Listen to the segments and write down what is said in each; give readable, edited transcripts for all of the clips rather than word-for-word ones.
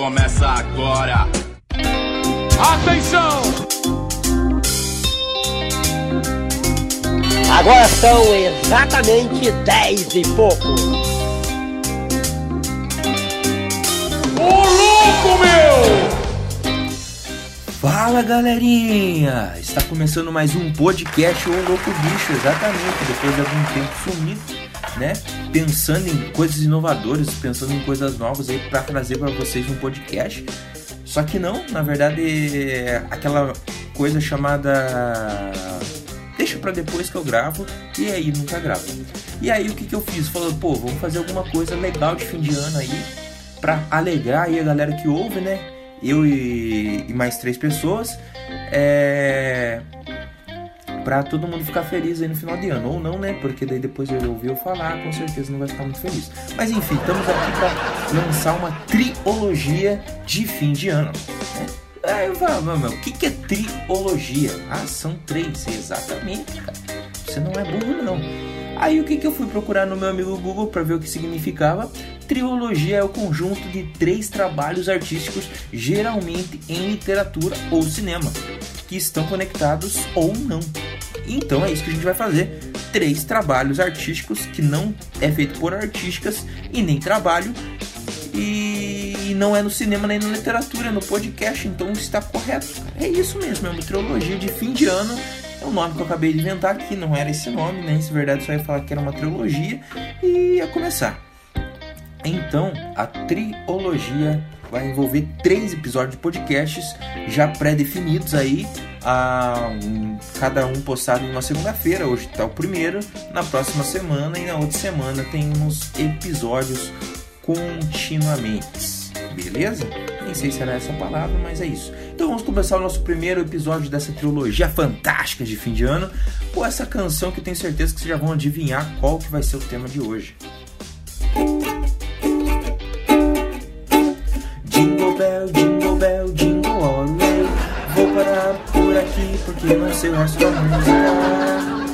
começa agora. Atenção! Agora são exatamente 10 e pouco. Ô louco, meu! Fala, galerinha! Está começando mais um podcast O Louco Bicho, exatamente, depois de algum tempo sumido, né? Pensando em coisas inovadoras, pensando em coisas novas aí para trazer para vocês um podcast. Só que não, na verdade, é aquela coisa chamada deixa pra depois que eu gravo, e aí nunca gravo. E aí o que eu fiz? Falei, pô, vamos fazer alguma coisa legal de fim de ano aí, pra alegrar aí a galera que ouve, né? Eu e mais 3 pessoas, pra todo mundo ficar feliz aí no final de ano. Ou não, né? Porque daí depois ele ouviu falar, com certeza não vai ficar muito feliz. Mas enfim, estamos aqui pra lançar uma trilogia de fim de ano, né? Aí eu falo, meu, o que é trilogia? Ah, são 3, exatamente, cara. Você não é burro, não. Aí o que eu fui procurar no meu amigo Google para ver o que significava? Trilogia é o conjunto de 3 trabalhos artísticos, geralmente em literatura ou cinema, que estão conectados ou não. Então é isso que a gente vai fazer. 3 trabalhos artísticos que não é feito por artistas e nem trabalho, e não é no cinema nem na literatura, é no podcast, então está correto. É isso mesmo, é uma trilogia de fim de ano. É um nome que eu acabei de inventar aqui, não era esse nome, né? Se verdade só ia falar que era uma trilogia e ia começar. Então, a trilogia vai envolver 3 episódios de podcasts já pré-definidos aí, cada um postado em uma segunda-feira. Hoje está o primeiro, na próxima semana e na outra semana tem uns episódios continuamente, beleza? Nem sei se era essa palavra, mas é isso. Então vamos começar o nosso primeiro episódio dessa trilogia fantástica de fim de ano com essa canção que eu tenho certeza que vocês já vão adivinhar qual que vai ser o tema de hoje. Jingle bell, jingle all the way. Vou parar por aqui porque não sei o resto da música.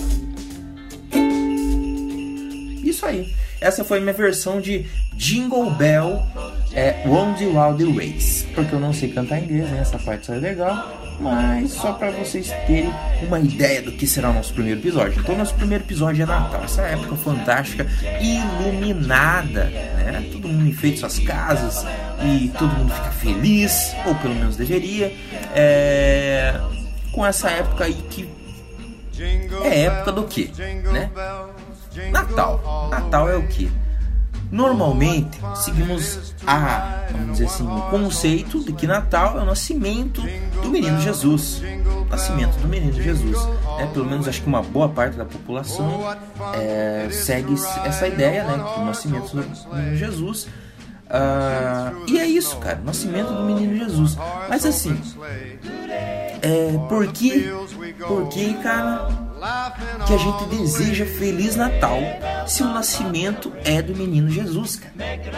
Isso aí. Essa foi a minha versão de Jingle Bell, Round the Ways. Porque eu não sei cantar inglês, né? Essa parte só é legal. Mas só para vocês terem uma ideia do que será o nosso primeiro episódio. Então, nosso primeiro episódio é Natal. Essa época fantástica, iluminada, né? Todo mundo enfeita suas casas e todo mundo fica feliz, ou pelo menos deveria. Com essa época aí que é época do quê, né? Natal. Natal é o que? Normalmente seguimos vamos dizer assim, o conceito de que Natal é o nascimento do menino Jesus. Nascimento do menino Jesus, né? Pelo menos acho que uma boa parte da população segue essa ideia, né? Que o nascimento do menino Jesus. E é isso, cara, o nascimento do menino Jesus. Mas assim, por que, cara, que a gente deseja Feliz Natal se o nascimento é do menino Jesus, cara?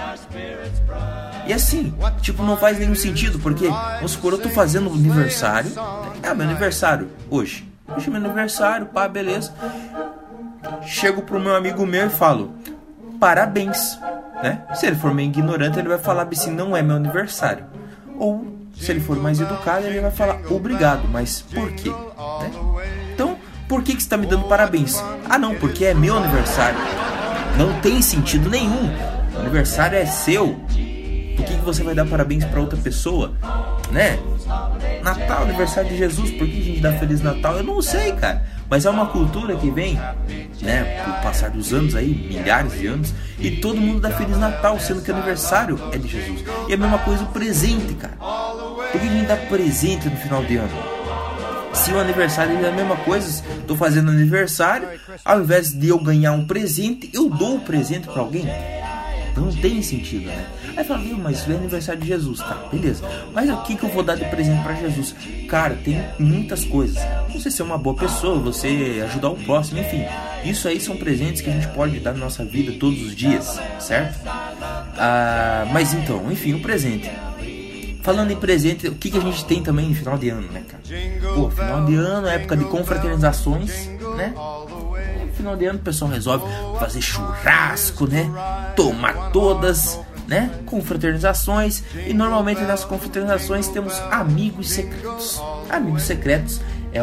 E assim, tipo, não faz nenhum sentido, porque, vamos supor, eu tô fazendo aniversário, meu aniversário hoje é meu aniversário, pá, beleza. Chego pro meu amigo meu e falo, parabéns, né? Se ele for meio ignorante, ele vai falar assim, não é meu aniversário. Ou, se ele for mais educado, ele vai falar obrigado, mas por quê, né? Então, por que você está me dando parabéns? Ah, não, porque é meu aniversário. Não tem sentido nenhum. O aniversário é seu. Por que você vai dar parabéns para outra pessoa, né? Natal, aniversário de Jesus, por que a gente dá Feliz Natal? Eu não sei, cara. Mas é uma cultura que vem, né, por passar dos anos aí, milhares de anos, e todo mundo dá Feliz Natal, sendo que o aniversário é de Jesus. E é a mesma coisa o presente, cara. Por que a gente dá presente no final de ano? Se o aniversário é a mesma coisa, tô fazendo aniversário, ao invés de eu ganhar um presente, eu dou o presente pra alguém. Não tem sentido, né? Aí fala, mas é aniversário de Jesus, tá, beleza. Mas o que eu vou dar de presente pra Jesus? Cara, tem muitas coisas. Você ser uma boa pessoa, você ajudar o próximo, enfim. Isso aí são presentes que a gente pode dar na nossa vida todos os dias, certo? Mas então, enfim, o presente. Falando em presente, o que a gente tem também no final de ano, né, cara? Pô, final de ano é época de confraternizações, né? No final de ano o pessoal resolve fazer churrasco, né? Tomar todas né? Confraternizações, e normalmente nessas confraternizações temos amigos secretos. Amigos secretos é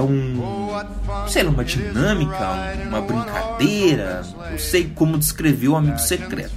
uma dinâmica, uma brincadeira, não sei como descrever o amigo secreto.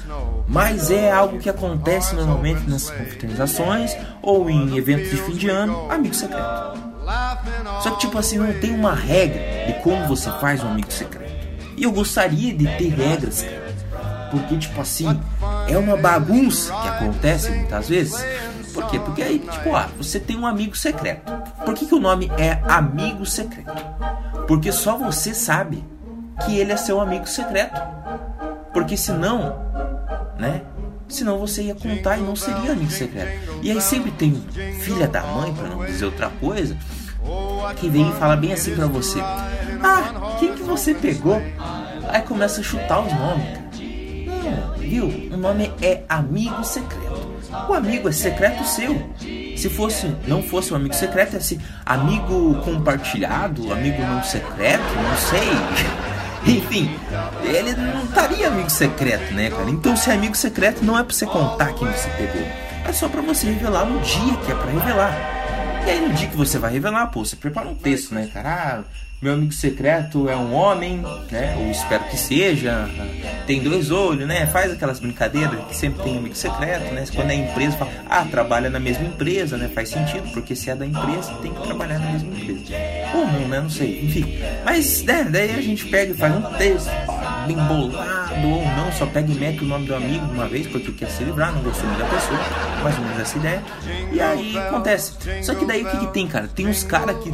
Mas é algo que acontece normalmente nessas confraternizações ou em eventos de fim de ano, amigo secreto. Só que tipo assim, não tem uma regra de como você faz um amigo secreto. E eu gostaria de ter regras, cara. Porque tipo assim, é uma bagunça que acontece muitas vezes. Por quê? Porque aí, tipo, você tem um amigo secreto. Por que o nome é amigo secreto? Porque só você sabe que ele é seu amigo secreto. Porque senão, né? Senão você ia contar e não seria amigo secreto. E aí sempre tem filha da mãe, pra não dizer outra coisa, que vem e fala bem assim pra você: quem que você pegou? Aí começa a chutar os nomes. Não, viu? O nome é amigo secreto. O amigo é secreto seu. Se não fosse um amigo secreto, é assim, amigo compartilhado, amigo não secreto, não sei. Enfim, ele não estaria amigo secreto, né, cara? Então, se é amigo secreto, não é pra você contar quem você pegou. É só pra você revelar no dia que é pra revelar. E aí, no dia que você vai revelar, você prepara um texto, né, cara? Meu amigo secreto é um homem, né? Ou espero que seja. Tem 2 olhos, né? Faz aquelas brincadeiras que sempre tem amigo secreto, né? Quando é empresa, fala, trabalha na mesma empresa, né? Faz sentido, porque se é da empresa, tem que trabalhar na mesma empresa. Ou não, né? Não sei. Enfim. Mas, né? Daí a gente pega e faz um texto bem bolado, ou não, só pega e mete o nome do amigo de uma vez, porque quer se livrar, não gostou muito da pessoa. Mais ou menos essa ideia. E aí acontece. Só que daí o que tem, cara? Tem uns caras que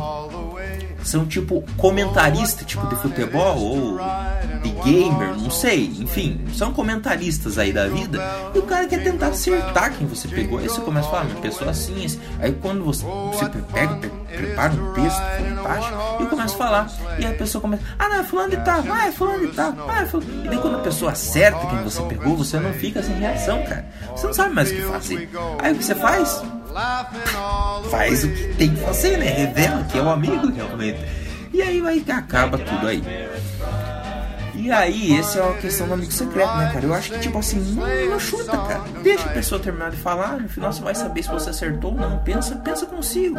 são tipo comentarista, tipo de futebol ou de gamer, não sei, enfim, são comentaristas aí da vida, e o cara quer tentar acertar quem você pegou. Aí você começa a falar, uma pessoa assim, assim. Aí quando você prepara um texto fantástico e começa a falar, e a pessoa começa, não, é fulano de tal, é fulano de tal, é fulano. E daí quando a pessoa acerta quem você pegou, você não fica sem reação, cara, você não sabe mais o que fazer. Aí o que você faz? Faz o que tem que fazer, né? Revela que é o amigo realmente. E aí acaba tudo aí. E aí, essa é a questão do amigo secreto, né, cara? Eu acho que, tipo assim, não chuta, cara. Deixa a pessoa terminar de falar, no final você vai saber se você acertou ou não. Pensa consigo.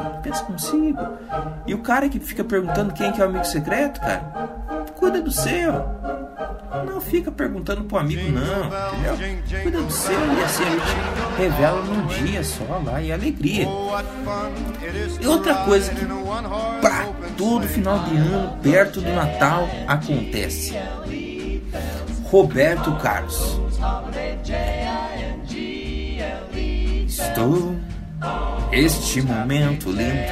E o cara que fica perguntando quem que é o amigo secreto, cara, cuida do seu. Não fica perguntando pro amigo, não, entendeu? Cuida do seu, e assim a gente revela num dia só lá, e alegria. E outra coisa que, todo final de ano, perto do Natal, acontece. Roberto Carlos. Estou este momento lindo.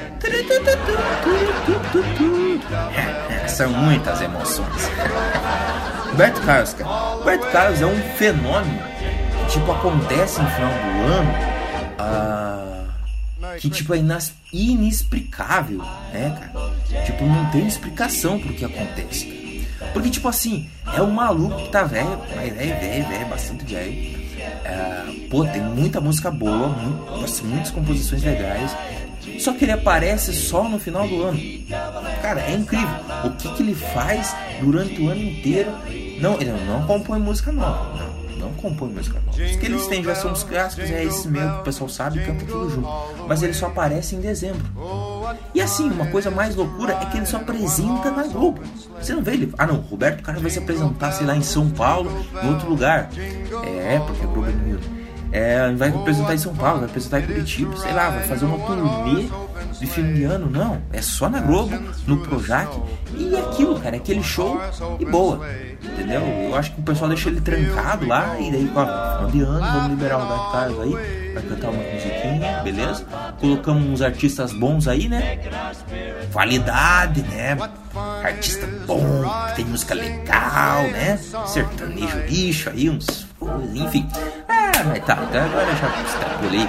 São muitas emoções. Roberto Carlos, cara. Roberto Carlos é um fenômeno que, tipo, acontece no final do ano, que, tipo, é inexplicável, né, cara? Tipo, não tem explicação pro que acontece, cara. Porque, tipo assim, é um maluco que tá velho, mas velho, bastante velho. Tem muita música boa, muitas composições legais. Só que ele aparece só no final do ano. Cara, é incrível. O que ele faz durante o ano inteiro. Não, ele não compõe música nova. Não compõe música nova. Os que eles têm já são os clássicos, é esses mesmo que o pessoal sabe e canta tudo junto. Mas ele só aparece em dezembro. E assim, uma coisa mais loucura é que ele só apresenta na Globo. Você não vê ele. Roberto Carlos vai se apresentar, sei lá, em São Paulo, em outro lugar. Porque a Globo é no vai apresentar em São Paulo, vai apresentar em Curitiba, sei lá, vai fazer uma turnê de fim de ano. Não, é só na Globo, no Projac. E aquilo, cara, é aquele show e boa, entendeu? Eu acho que o pessoal deixa ele trancado lá, e daí, final de ano, vamos liberar o Roberto Carlos aí, vai cantar uma musiquinha, beleza? Colocamos uns artistas bons aí, né? Qualidade, né? Artista bom, que tem música legal, né? Sertanejo lixo aí, uns... enfim. Mas tá, agora eu já extrapolei.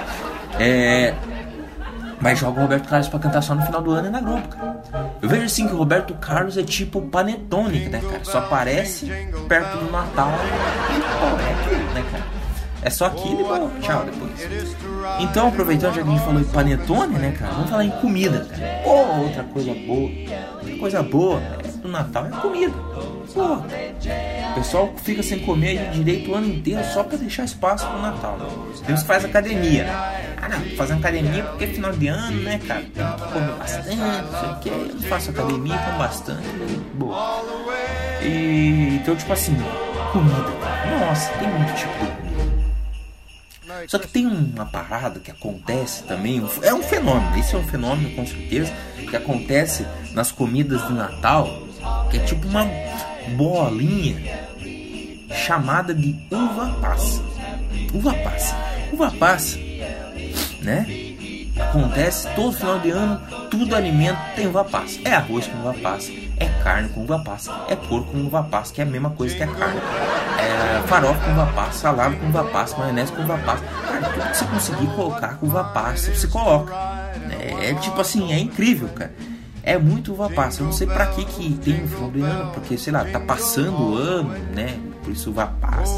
Mas joga o Roberto Carlos pra cantar só no final do ano e na Globo, cara. Eu vejo assim que o Roberto Carlos é tipo Panetone, né, cara? Só aparece perto do Natal e é aquilo, né, cara? É só aquilo e bom, tchau depois. Então, aproveitando, já que a gente falou em Panetone, né, cara? Vamos falar em comida, cara. Outra coisa boa. pro Natal é comida. Porra, o pessoal fica sem comer aí direito o ano inteiro só pra deixar espaço pro Natal. Deus faz academia, né? Ah, não, fazendo academia porque é final de ano, né, cara? Tem que comer bastante, não sei o que. Eu não faço academia, como bastante, boa. E então, tipo assim, comida, cara. Nossa, tem muito tipo de comida. Só que tem uma parada que acontece também, é um fenômeno, esse é um fenômeno com certeza, que acontece nas comidas de Natal, que é tipo uma bolinha chamada de uva passa. Uva passa, né? Acontece todo final de ano, tudo alimento tem uva passa. É arroz com uva passa, é carne com uva passa, é porco com uva passa, que é a mesma coisa que a carne. É farofa com uva passa, salada com uva passa, maionese com uva passa. Cara, tudo que você conseguir colocar com uva passa, você coloca. É tipo assim, é incrível, cara. É muito uva passa. Eu não sei pra que tem no final do ano, porque, sei lá, tá passando o ano, né? Por isso uva passa.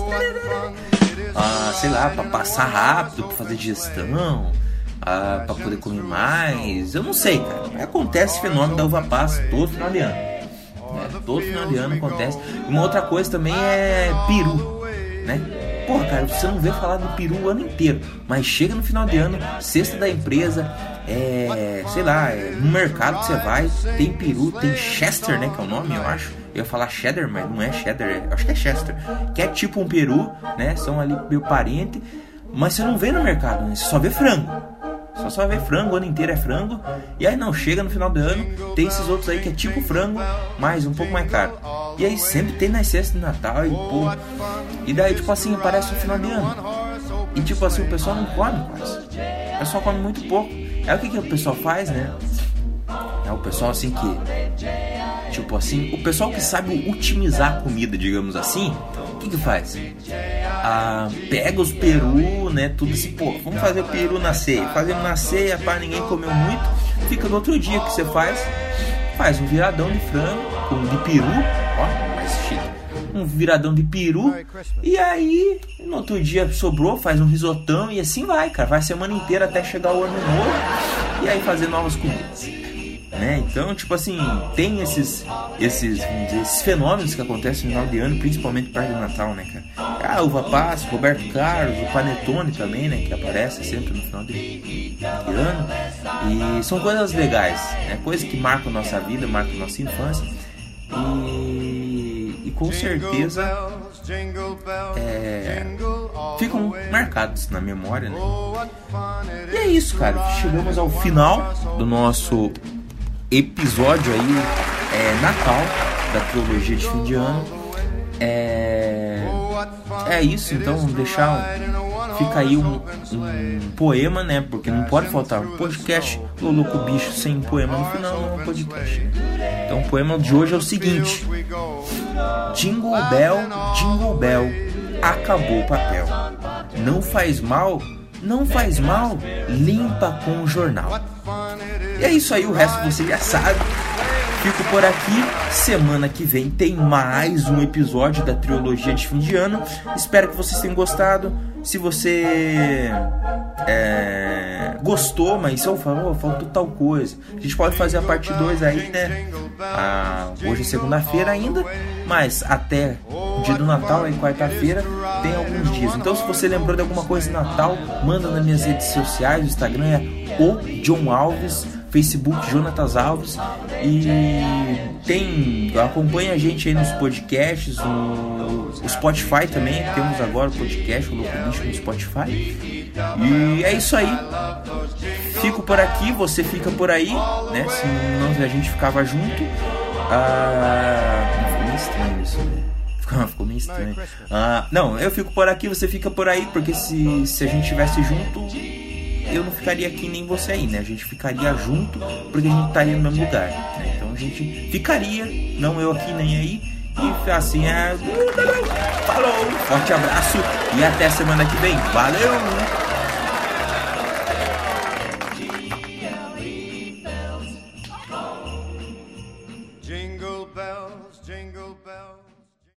Sei lá, pra passar rápido, pra fazer digestão. Pra poder comer mais, eu não sei, cara. Acontece o fenômeno da uva passa todo final de ano, todo final de ano acontece. Uma outra coisa também é peru, né? Porra, cara, você não vê falar do peru o ano inteiro, mas chega no final de ano, cesta da empresa, sei lá, no mercado que você vai, tem peru, tem Chester, né, que é o nome, eu acho. Eu ia falar cheddar, mas não é cheddar, acho que é Chester, que é tipo um peru, né? São ali meu parente, mas você não vê no mercado, né? Você só vê frango. Só vai ver frango, o ano inteiro é frango. E aí não, chega no final do ano, tem esses outros aí que é tipo frango, mas um pouco mais caro. E aí sempre tem nas cestas de Natal e pô. E daí tipo assim, aparece o final de ano. E tipo assim, o pessoal não come quase. O pessoal come muito pouco. Aí o que o pessoal faz, né? É o pessoal assim que... Tipo assim, o pessoal que sabe otimizar a comida, digamos assim, o que faz? Pega os peru, né, tudo assim, pô, vamos fazer o peru na ceia. Fazendo na ceia, pá, ninguém comeu muito. Fica no outro dia que você faz um viradão de frango, de peru, ó, mais chique. Um viradão de peru. E aí, no outro dia sobrou, faz um risotão e assim vai, cara. Vai a semana inteira até chegar o ano novo. E aí fazer novas comidas. Né? Então, tipo assim, tem esses fenômenos que acontecem no final de ano, principalmente perto do Natal, né, cara? Uva passa, Roberto Carlos, o Panetone também, né, que aparece sempre no final de ano. E são coisas legais, né? Coisas que marcam nossa vida, marcam nossa infância. E com certeza ficam marcados na memória, né? E é isso, cara. Chegamos ao final do nosso episódio aí, Natal, da trilogia de fim de ano. É isso, então vamos deixar fica aí um poema, né? Porque não pode faltar um podcast Lolo com Bicho sem um poema no final, não é um podcast, né? Então o poema de hoje é o seguinte: Jingle Bell, acabou o papel. Não faz mal, limpa com o jornal. E é isso aí, o resto você já sabe. Fico por aqui. Semana que vem tem mais um episódio da trilogia de fim de ano. Espero que vocês tenham gostado. Se você gostou, mas só faltou tal coisa, a gente pode fazer a parte 2 aí, né? Hoje é segunda-feira ainda, mas até o dia do Natal, aí quarta-feira, tem alguns dias. Então, se você lembrou de alguma coisa de Natal, manda nas minhas redes sociais. O Instagram é o John Alves, Facebook Jonatas Alves, e acompanha a gente aí nos podcasts, no Spotify também, temos agora o podcast, o Louco Bicho no Spotify. E é isso aí. Fico por aqui, você fica por aí, né? Senão a gente ficava junto. Ficou meio estranho isso, né? Ficou meio estranho. Não, eu fico por aqui, você fica por aí, porque se a gente estivesse junto, eu não ficaria aqui nem você aí, né? A gente ficaria junto porque a gente estaria no mesmo lugar, né? Então a gente ficaria, não eu aqui nem aí. E assim falou, forte abraço e até semana que vem. Valeu!